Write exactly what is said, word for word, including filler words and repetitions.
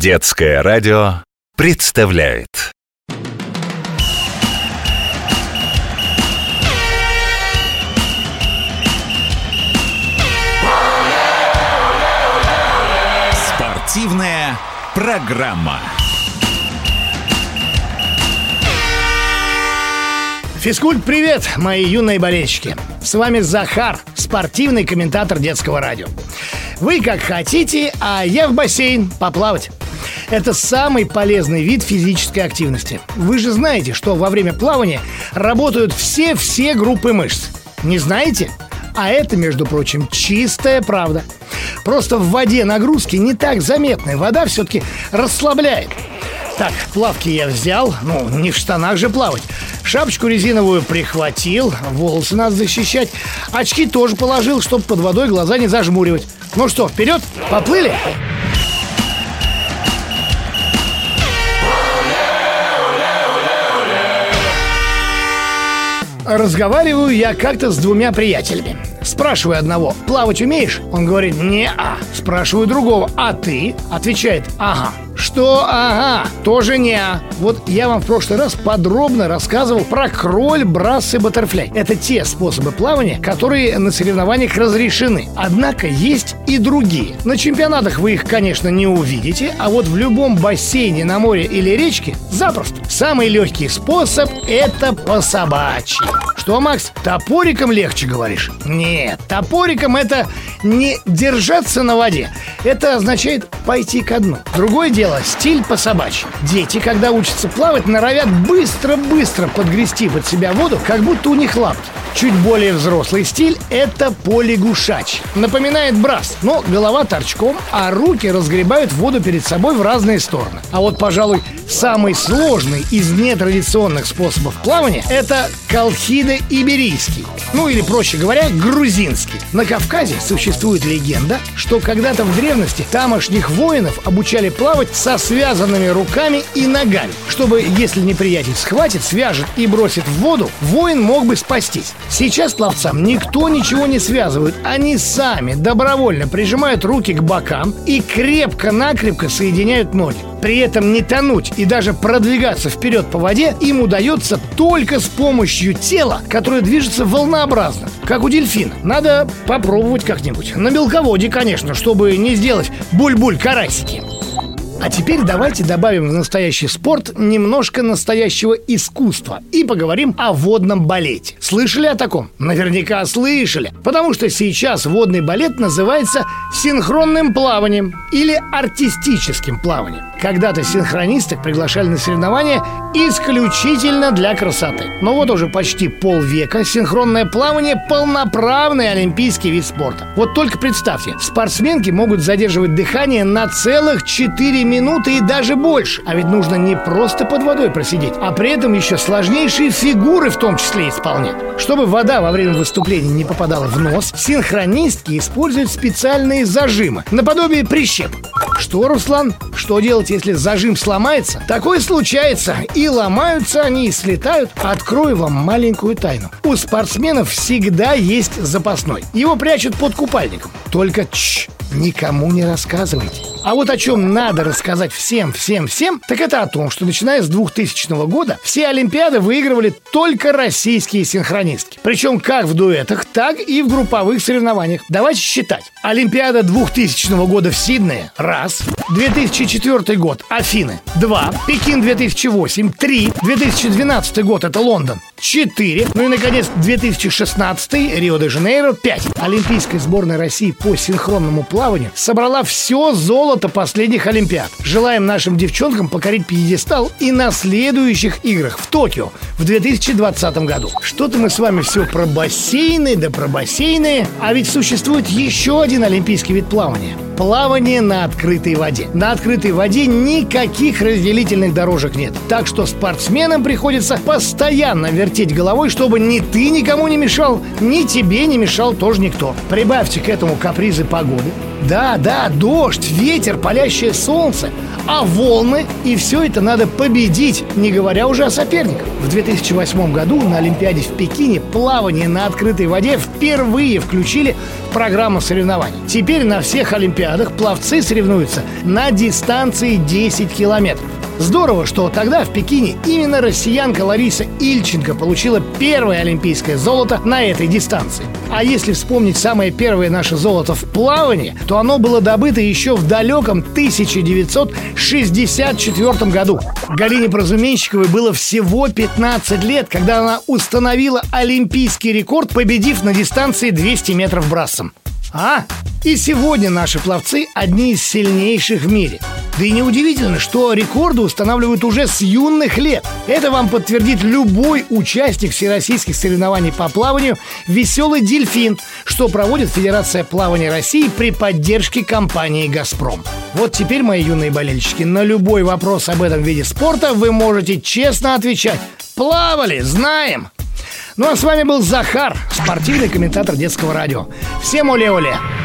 Детское радио представляет спортивная программа. Физкульт, привет, мои юные болельщики. С вами Захар, спортивный комментатор Детского радио. Вы как хотите, а я в бассейн поплавать. Это самый полезный вид физической активности. Вы же знаете, что во время плавания работают все-все группы мышц. Не знаете? А это, между прочим, чистая правда. Просто в воде нагрузки не так заметны. Вода все-таки расслабляет. Так, плавки я взял, ну, не в штанах же плавать. Шапочку резиновую прихватил, волосы надо защищать. Очки тоже положил, чтобы под водой глаза не зажмуривать. Ну что, вперед, поплыли? Разговариваю я как-то с двумя приятелями. Спрашиваю одного: плавать умеешь? Он говорит: не-а. Спрашиваю другого: а ты? Отвечает: ага. Что ага? Тоже не-а. Вот я вам в прошлый раз подробно рассказывал про кроль, брасс и баттерфляй. Это те способы плавания, которые на соревнованиях разрешены. Однако есть и другие. На чемпионатах вы их, конечно, не увидите, а вот в любом бассейне на море или речке запросто. Самый легкий способ – это по-собачьи. Что, Макс, топориком легче, говоришь? Нет, топориком это не держаться на воде. Это означает пойти ко дну. Другое дело – стиль по-собачьи. Дети, когда учатся плавать, норовят быстро-быстро подгрести под себя воду, как будто у них лапки. Чуть более взрослый стиль – это по-лягушачьи. Напоминает брасс, но голова торчком, а руки разгребают воду перед собой в разные стороны. А вот, пожалуй, самый сложный из нетрадиционных способов плавания – это колхидо-иберийский. Ну или, проще говоря, грузинский. На Кавказе существует легенда, что когда-то в древности тамошних воинов обучали плавать со связанными руками и ногами, чтобы, если неприятель схватит, свяжет и бросит в воду, воин мог бы спастись. Сейчас пловцам никто ничего не связывает. Они сами добровольно прижимают руки к бокам и крепко-накрепко соединяют ноги. При этом не тонуть и даже продвигаться вперед по воде им удается только с помощью тела, которое движется волнообразно, как у дельфина. Надо попробовать как-нибудь. На мелководье, конечно, чтобы не сделать буль-буль-карасики. А теперь давайте добавим в настоящий спорт немножко настоящего искусства и поговорим о водном балете. Слышали о таком? Наверняка слышали. Потому что сейчас водный балет называется синхронным плаванием или артистическим плаванием. Когда-то синхронисток приглашали на соревнования исключительно для красоты. Но вот уже почти полвека синхронное плавание – полноправный олимпийский вид спорта. Вот только представьте, спортсменки могут задерживать дыхание на целых четыре минуты и даже больше. А ведь нужно не просто под водой просидеть, а при этом еще сложнейшие фигуры в том числе исполнять. Чтобы вода во время выступления не попадала в нос, синхронистки используют специальные зажимы, наподобие прищепок. Что, Руслан? Что делать, если зажим сломается? Такое случается. И ломаются они, и слетают. Открою вам маленькую тайну. У спортсменов всегда есть запасной. Его прячут под купальником. Только чш, никому не рассказывайте. А вот о чем надо рассказать всем-всем-всем, так это о том, что начиная с двухтысячного года все олимпиады выигрывали только российские синхронистки. Причем как в дуэтах, так и в групповых соревнованиях. Давайте считать. Олимпиада двухтысячного года в Сиднее – раз. две тысячи четвёртый год – Афины – два. Пекин две тысячи восемь – три. две тысячи двенадцатый год – это Лондон – четыре. Ну и, наконец, две тысячи шестнадцатый – Рио-де-Жанейро – пять. Олимпийская сборная России по синхронному плаванию собрала все золото последних олимпиад. Желаем нашим девчонкам покорить пьедестал и на следующих играх в Токио в две тысячи двадцатом году. Что-то мы с вами все про бассейны, да про бассейны. А ведь существует еще один олимпийский вид плавания – плавание на открытой воде. На открытой воде никаких разделительных дорожек нет. Так что спортсменам приходится постоянно вертеть головой, чтобы ни ты никому не мешал, ни тебе не мешал тоже никто. Прибавьте к этому капризы погоды. Да, да, дождь, ветер, палящее солнце, а волны, и все это надо победить, не говоря уже о соперниках. В две тысячи восьмом году на Олимпиаде в Пекине плавание на открытой воде впервые включили в программу соревнований. Теперь на всех Олимпиадах пловцы соревнуются на дистанции десять километров. Здорово, что тогда в Пекине именно россиянка Лариса Ильченко получила первое олимпийское золото на этой дистанции. А если вспомнить самое первое наше золото в плавании, то оно было добыто еще в далеком тысяча девятьсот шестьдесят четвёртом году. Галине Прозуменщиковой было всего пятнадцать лет, когда она установила олимпийский рекорд, победив на дистанции двести метров брасом. А? И сегодня наши пловцы одни из сильнейших в мире. Да и неудивительно, что рекорды устанавливают уже с юных лет. Это вам подтвердит любой участник всероссийских соревнований по плаванию «Веселый дельфин», что проводит Федерация плавания России при поддержке компании «Газпром». Вот теперь, мои юные болельщики, на любой вопрос об этом виде спорта вы можете честно отвечать: «Плавали, знаем». Ну а с вами был Захар, спортивный комментатор детского радио. Всем оле-оле!